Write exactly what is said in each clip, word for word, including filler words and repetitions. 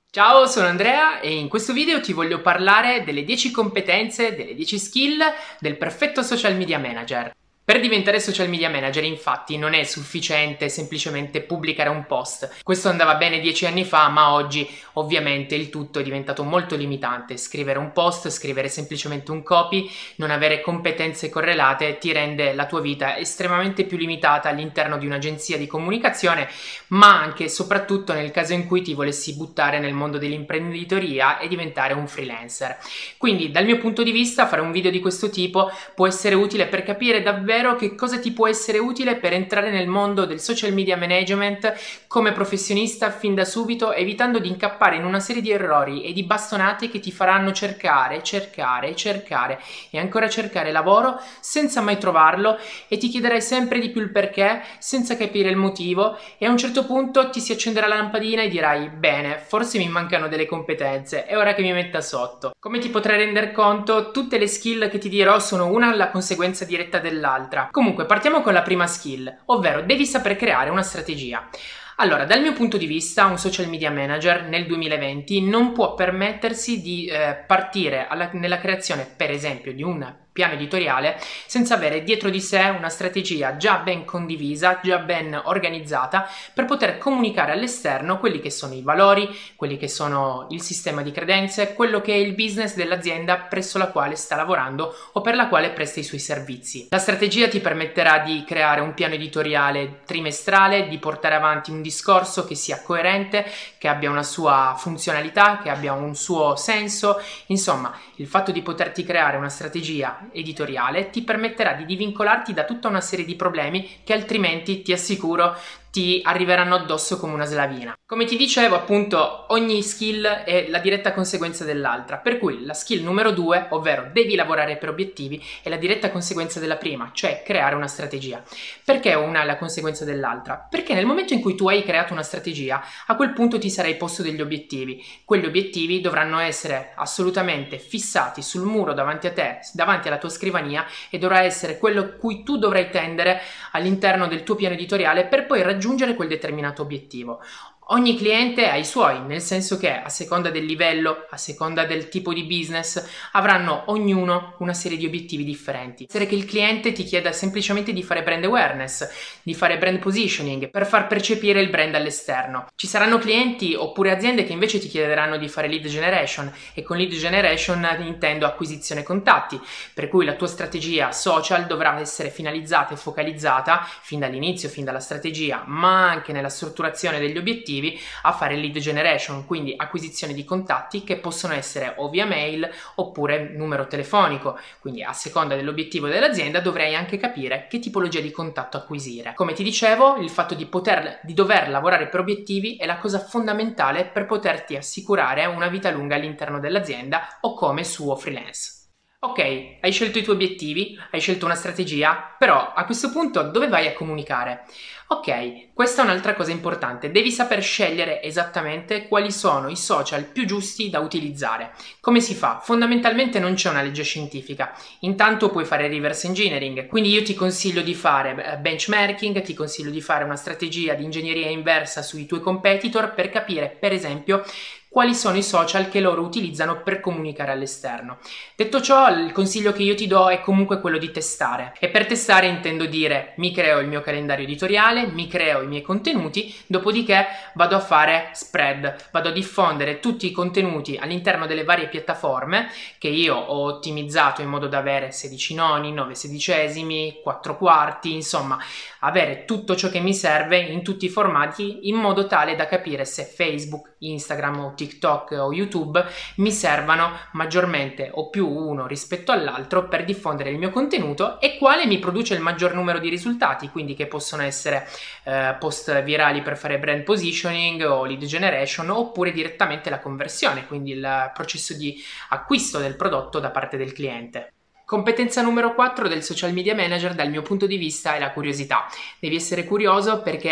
Ciao, sono Andrea e in questo video ti voglio parlare delle dieci competenze, delle dieci skill del perfetto social media manager. Per diventare social media manager, infatti, non è sufficiente semplicemente pubblicare un post. Questo andava bene dieci anni fa, ma oggi ovviamente il tutto è diventato molto limitante. Scrivere un post, scrivere semplicemente un copy, non avere competenze correlate ti rende la tua vita estremamente più limitata all'interno di un'agenzia di comunicazione, ma anche e soprattutto nel caso in cui ti volessi buttare nel mondo dell'imprenditoria e diventare un freelancer. Quindi, dal mio punto di vista, fare un video di questo tipo può essere utile per capire davvero che cosa ti può essere utile per entrare nel mondo del social media management come professionista fin da subito, evitando di incappare in una serie di errori e di bastonate che ti faranno cercare, cercare, cercare e ancora cercare lavoro senza mai trovarlo, e ti chiederai sempre di più il perché senza capire il motivo, e a un certo punto ti si accenderà la lampadina e dirai: bene, forse mi mancano delle competenze, è ora che mi metta sotto. Come ti potrai rendere conto, tutte le skill che ti dirò sono una la conseguenza diretta dell'altra. Comunque, partiamo con la prima skill, ovvero devi saper creare una strategia. Allora, dal mio punto di vista, un social media manager nel duemilaventi non può permettersi di eh, partire alla, nella creazione, per esempio, di un piano editoriale senza avere dietro di sé una strategia già ben condivisa, già ben organizzata, per poter comunicare all'esterno quelli che sono i valori, quelli che sono il sistema di credenze, quello che è il business dell'azienda presso la quale sta lavorando o per la quale presta i suoi servizi. La strategia ti permetterà di creare un piano editoriale trimestrale, di portare avanti un discorso che sia coerente, che abbia una sua funzionalità, che abbia un suo senso. Insomma, il fatto di poterti creare una strategia editoriale ti permetterà di divincolarti da tutta una serie di problemi che altrimenti, ti assicuro, ti arriveranno addosso come una slavina. Come ti dicevo, appunto, ogni skill è la diretta conseguenza dell'altra, per cui la skill numero due, ovvero devi lavorare per obiettivi, è la diretta conseguenza della prima, cioè creare una strategia. Perché una è la conseguenza dell'altra? Perché nel momento in cui tu hai creato una strategia, a quel punto ti sarai posto degli obiettivi. Quegli obiettivi dovranno essere assolutamente fissati sul muro davanti a te, davanti alla tua scrivania, e dovrà essere quello a cui tu dovrai tendere all'interno del tuo piano editoriale per poi raggiungere raggiungere quel determinato obiettivo. Ogni cliente ha i suoi, nel senso che a seconda del livello, a seconda del tipo di business, avranno ognuno una serie di obiettivi differenti. Può essere che il cliente ti chieda semplicemente di fare brand awareness, di fare brand positioning per far percepire il brand all'esterno. Ci saranno clienti oppure aziende che invece ti chiederanno di fare lead generation, e con lead generation intendo acquisizione contatti, per cui la tua strategia social dovrà essere finalizzata e focalizzata fin dall'inizio, fin dalla strategia, ma anche nella strutturazione degli obiettivi, a fare lead generation, quindi acquisizione di contatti che possono essere o via mail oppure numero telefonico. Quindi a seconda dell'obiettivo dell'azienda dovrai anche capire che tipologia di contatto acquisire. Come ti dicevo, il fatto di poter di dover lavorare per obiettivi è la cosa fondamentale per poterti assicurare una vita lunga all'interno dell'azienda o come suo freelance. Ok, hai scelto i tuoi obiettivi, hai scelto una strategia, però a questo punto dove vai a comunicare? Ok, questa è un'altra cosa importante, devi saper scegliere esattamente quali sono i social più giusti da utilizzare. Come si fa? Fondamentalmente non c'è una legge scientifica, intanto puoi fare reverse engineering, quindi io ti consiglio di fare benchmarking, ti consiglio di fare una strategia di ingegneria inversa sui tuoi competitor per capire, per esempio, quali sono i social che loro utilizzano per comunicare all'esterno. Detto ciò, il consiglio che io ti do è comunque quello di testare, e per testare intendo dire: mi creo il mio calendario editoriale, mi creo i miei contenuti, dopodiché vado a fare spread, vado a diffondere tutti i contenuti all'interno delle varie piattaforme che io ho ottimizzato in modo da avere sedici noni, nove sedicesimi, quattro quarti, insomma avere tutto ciò che mi serve in tutti i formati, in modo tale da capire se Facebook, Instagram o TikTok o YouTube mi servano maggiormente o più uno rispetto all'altro per diffondere il mio contenuto, e quale mi produce il maggior numero di risultati, quindi che possono essere eh, post virali per fare brand positioning o lead generation, oppure direttamente la conversione, quindi il processo di acquisto del prodotto da parte del cliente. Competenza numero quattro del social media manager dal mio punto di vista è la curiosità. Devi essere curioso perché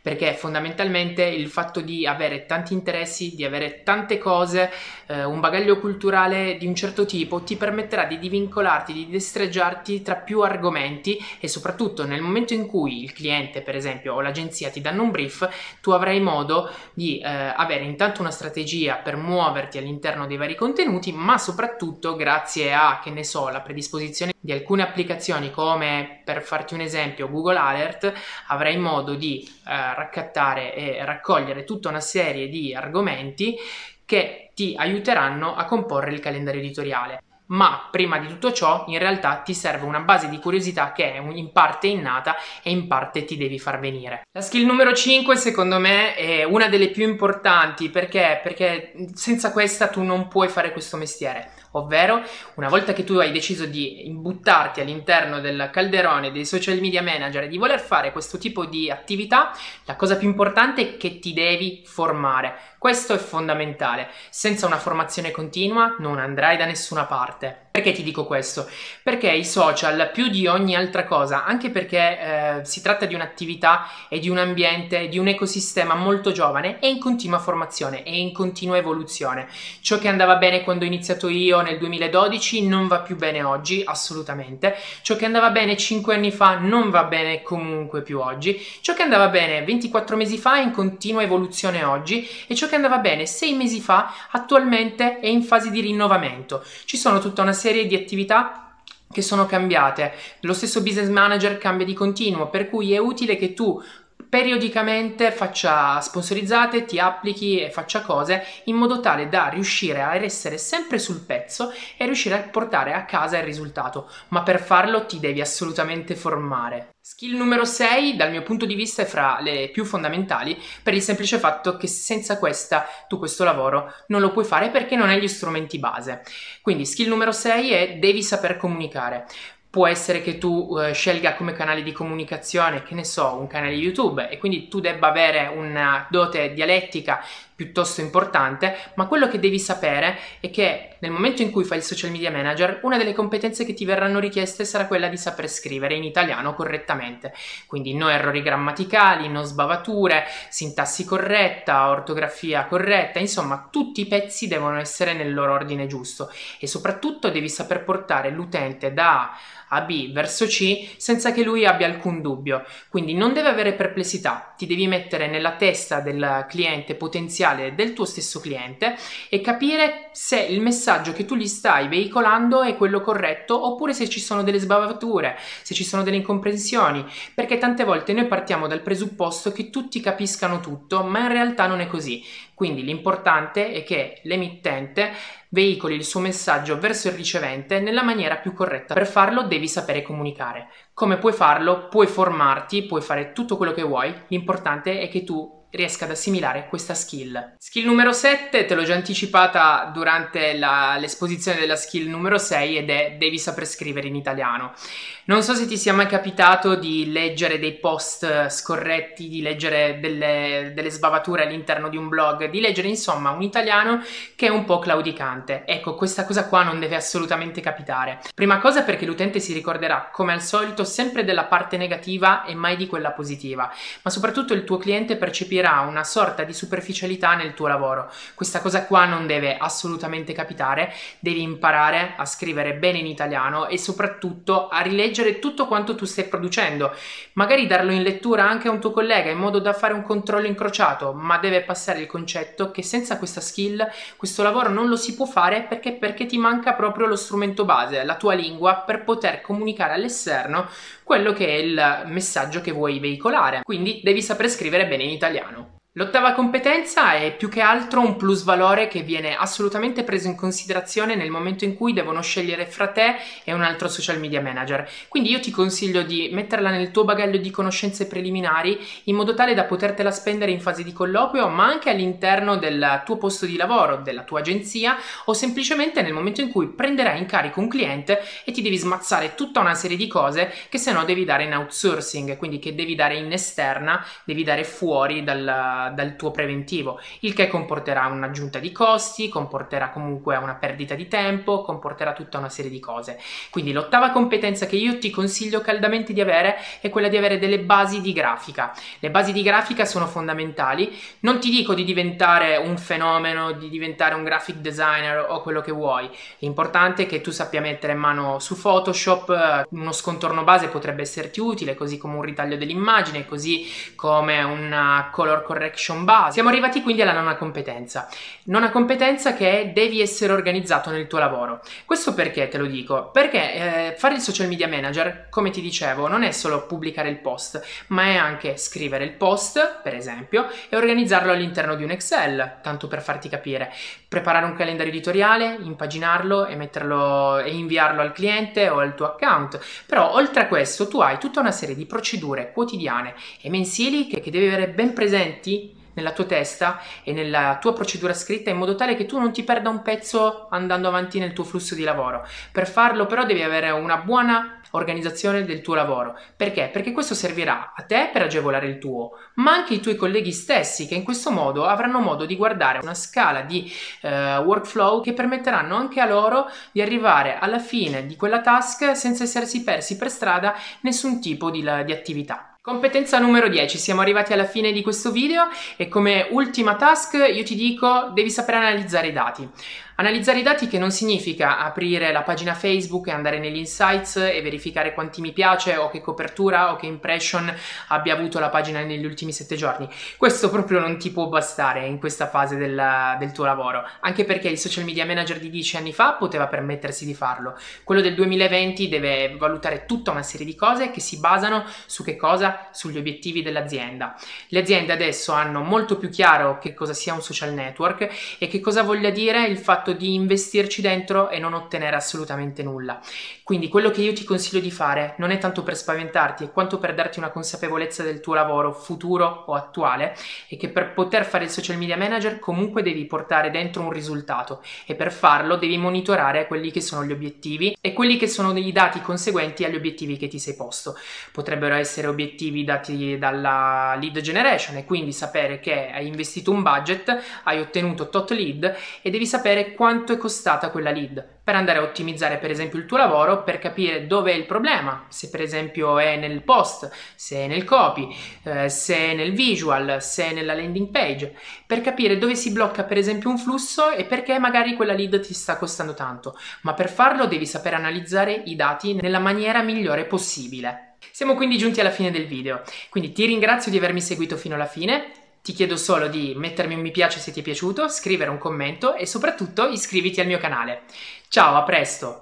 perché fondamentalmente il fatto di avere tanti interessi, di avere tante cose, eh, un bagaglio culturale di un certo tipo ti permetterà di divincolarti, di destreggiarti tra più argomenti, e soprattutto nel momento in cui il cliente, per esempio, o l'agenzia ti danno un brief, tu avrai modo di eh, avere intanto una strategia per muoverti all'interno dei vari contenuti, ma soprattutto grazie a, che ne so, la predisposizione di alcune applicazioni come, per farti un esempio, Google Alert, avrai modo di eh, raccattare e raccogliere tutta una serie di argomenti che ti aiuteranno a comporre il calendario editoriale. Ma prima di tutto ciò, in realtà ti serve una base di curiosità che è in parte innata e in parte ti devi far venire. La skill numero cinque secondo me è una delle più importanti, perché? Perché senza questa tu non puoi fare questo mestiere. Ovvero, una volta che tu hai deciso di imbuttarti all'interno del calderone dei social media manager e di voler fare questo tipo di attività, la cosa più importante è che ti devi formare. Questo è fondamentale. Senza una formazione continua non andrai da nessuna parte. Perché ti dico questo? Perché i social, più di ogni altra cosa, anche perché eh, si tratta di un'attività e di un ambiente, di un ecosistema molto giovane, è in continua formazione, è in continua evoluzione. Ciò che andava bene quando ho iniziato io nel duemiladodici non va più bene oggi, assolutamente. Ciò che andava bene cinque anni fa non va bene comunque più oggi. Ciò che andava bene ventiquattro mesi fa è in continua evoluzione oggi, e ciò che andava bene sei mesi fa attualmente è in fase di rinnovamento. Ci sono tutta una serie di attività che sono cambiate, lo stesso business manager cambia di continuo, per cui è utile che tu periodicamente faccia sponsorizzate, ti applichi e faccia cose in modo tale da riuscire a essere sempre sul pezzo e riuscire a portare a casa il risultato, ma per farlo ti devi assolutamente formare. Skill numero sei, dal mio punto di vista, è fra le più fondamentali, per il semplice fatto che senza questa tu questo lavoro non lo puoi fare perché non hai gli strumenti base. Quindi skill numero sei è: devi saper comunicare. Può essere che tu eh, scelga come canale di comunicazione, che ne so, un canale YouTube, e quindi tu debba avere una dote dialettica piuttosto importante, ma quello che devi sapere è che nel momento in cui fai il social media manager, una delle competenze che ti verranno richieste sarà quella di saper scrivere in italiano correttamente, quindi no errori grammaticali, no sbavature, sintassi corretta, ortografia corretta, insomma tutti i pezzi devono essere nel loro ordine giusto, e soprattutto devi saper portare l'utente da A B verso C senza che lui abbia alcun dubbio. Quindi non deve avere perplessità, ti devi mettere nella testa del cliente potenziale, del tuo stesso cliente, e capire se il messaggio che tu gli stai veicolando è quello corretto, oppure se ci sono delle sbavature, se ci sono delle incomprensioni, perché tante volte noi partiamo dal presupposto che tutti capiscano tutto, ma in realtà non è così. Quindi l'importante è che l'emittente veicoli il suo messaggio verso il ricevente nella maniera più corretta. Per farlo devi sapere comunicare. Come puoi farlo? Puoi formarti, puoi fare tutto quello che vuoi, l'importante è che tu riesca ad assimilare questa skill. Skill numero sette, te l'ho già anticipata durante l'esposizione della skill numero sei, ed è: devi saper scrivere in italiano. Non so se ti sia mai capitato di leggere dei post scorretti, di leggere delle, delle sbavature all'interno di un blog, di leggere insomma un italiano che è un po' claudicante. Ecco, questa cosa qua non deve assolutamente capitare. Prima cosa perché l'utente si ricorderà, come al solito, sempre della parte negativa e mai di quella positiva, ma soprattutto il tuo cliente percepirà una sorta di superficialità nel tuo lavoro. Questa cosa qua non deve assolutamente capitare, devi imparare a scrivere bene in italiano e soprattutto a rileggere tutto quanto tu stai producendo, magari darlo in lettura anche a un tuo collega in modo da fare un controllo incrociato, ma deve passare il concetto che senza questa skill questo lavoro non lo si può fare, perché perché ti manca proprio lo strumento base, la tua lingua, per poter comunicare all'esterno quello che è il messaggio che vuoi veicolare. Quindi devi saper scrivere bene in italiano. L'ottava competenza è più che altro un plus valore che viene assolutamente preso in considerazione nel momento in cui devono scegliere fra te e un altro social media manager. Quindi io ti consiglio di metterla nel tuo bagaglio di conoscenze preliminari in modo tale da potertela spendere in fase di colloquio, ma anche all'interno del tuo posto di lavoro, della tua agenzia, o semplicemente nel momento in cui prenderai in carico un cliente e ti devi smazzare tutta una serie di cose che se no devi dare in outsourcing, quindi che devi dare in esterna, devi dare fuori dal dal, dal tuo preventivo, il che comporterà un'aggiunta di costi, comporterà comunque una perdita di tempo, comporterà tutta una serie di cose. Quindi l'ottava competenza che io ti consiglio caldamente di avere è quella di avere delle basi di grafica. Le basi di grafica sono fondamentali. Non ti dico di diventare un fenomeno, di diventare un graphic designer o quello che vuoi. È importante che tu sappia mettere in mano su Photoshop. Uno scontorno base potrebbe esserti utile, così come un ritaglio dell'immagine, così come una color correction base. Siamo arrivati quindi alla nona competenza. Nona competenza che è: devi essere organizzato nel tuo lavoro. Questo perché te lo dico? Perché eh, fare il social media manager, come ti dicevo, non è solo pubblicare il post, ma è anche scrivere il post, per esempio, e organizzarlo all'interno di un Excel, tanto per farti capire, preparare un calendario editoriale, impaginarlo e metterlo e inviarlo al cliente o al tuo account. Però oltre a questo tu hai tutta una serie di procedure quotidiane e mensili che, che devi avere ben presenti nella tua testa e nella tua procedura scritta, in modo tale che tu non ti perda un pezzo andando avanti nel tuo flusso di lavoro. Per farlo però devi avere una buona organizzazione del tuo lavoro. Perché? Perché questo servirà a te per agevolare il tuo, ma anche i tuoi colleghi stessi, che in questo modo avranno modo di guardare una scala di eh, workflow che permetteranno anche a loro di arrivare alla fine di quella task senza essersi persi per strada nessun tipo di, di attività. Competenza numero dieci, siamo arrivati alla fine di questo video e come ultima task io ti dico: devi sapere analizzare i dati. Analizzare i dati, che non significa aprire la pagina Facebook e andare negli insights e verificare quanti mi piace o che copertura o che impression abbia avuto la pagina negli ultimi sette giorni. Questo proprio non ti può bastare in questa fase del, del tuo lavoro, anche perché il social media manager di dieci anni fa poteva permettersi di farlo. Quello del duemilaventi deve valutare tutta una serie di cose che si basano su che cosa? Sugli obiettivi dell'azienda. Le aziende adesso hanno molto più chiaro che cosa sia un social network e che cosa voglia dire il fatto di investirci dentro e non ottenere assolutamente nulla. Quindi quello che io ti consiglio di fare non è tanto per spaventarti, quanto per darti una consapevolezza del tuo lavoro futuro o attuale, e che per poter fare il social media manager comunque devi portare dentro un risultato, e per farlo devi monitorare quelli che sono gli obiettivi e quelli che sono dei dati conseguenti agli obiettivi che ti sei posto. Potrebbero essere obiettivi dati dalla lead generation, e quindi sapere che hai investito un budget, hai ottenuto tot lead e devi sapere quanto è costata quella lead, per andare a ottimizzare per esempio il tuo lavoro, per capire dove è il problema, se per esempio è nel post, se è nel copy, eh, se è nel visual, se è nella landing page, per capire dove si blocca per esempio un flusso e perché magari quella lead ti sta costando tanto. Ma per farlo devi sapere analizzare i dati nella maniera migliore possibile. Siamo quindi giunti alla fine del video, quindi ti ringrazio di avermi seguito fino alla fine. Ti chiedo solo di mettermi un mi piace se ti è piaciuto, scrivere un commento e soprattutto iscriviti al mio canale. Ciao, a presto!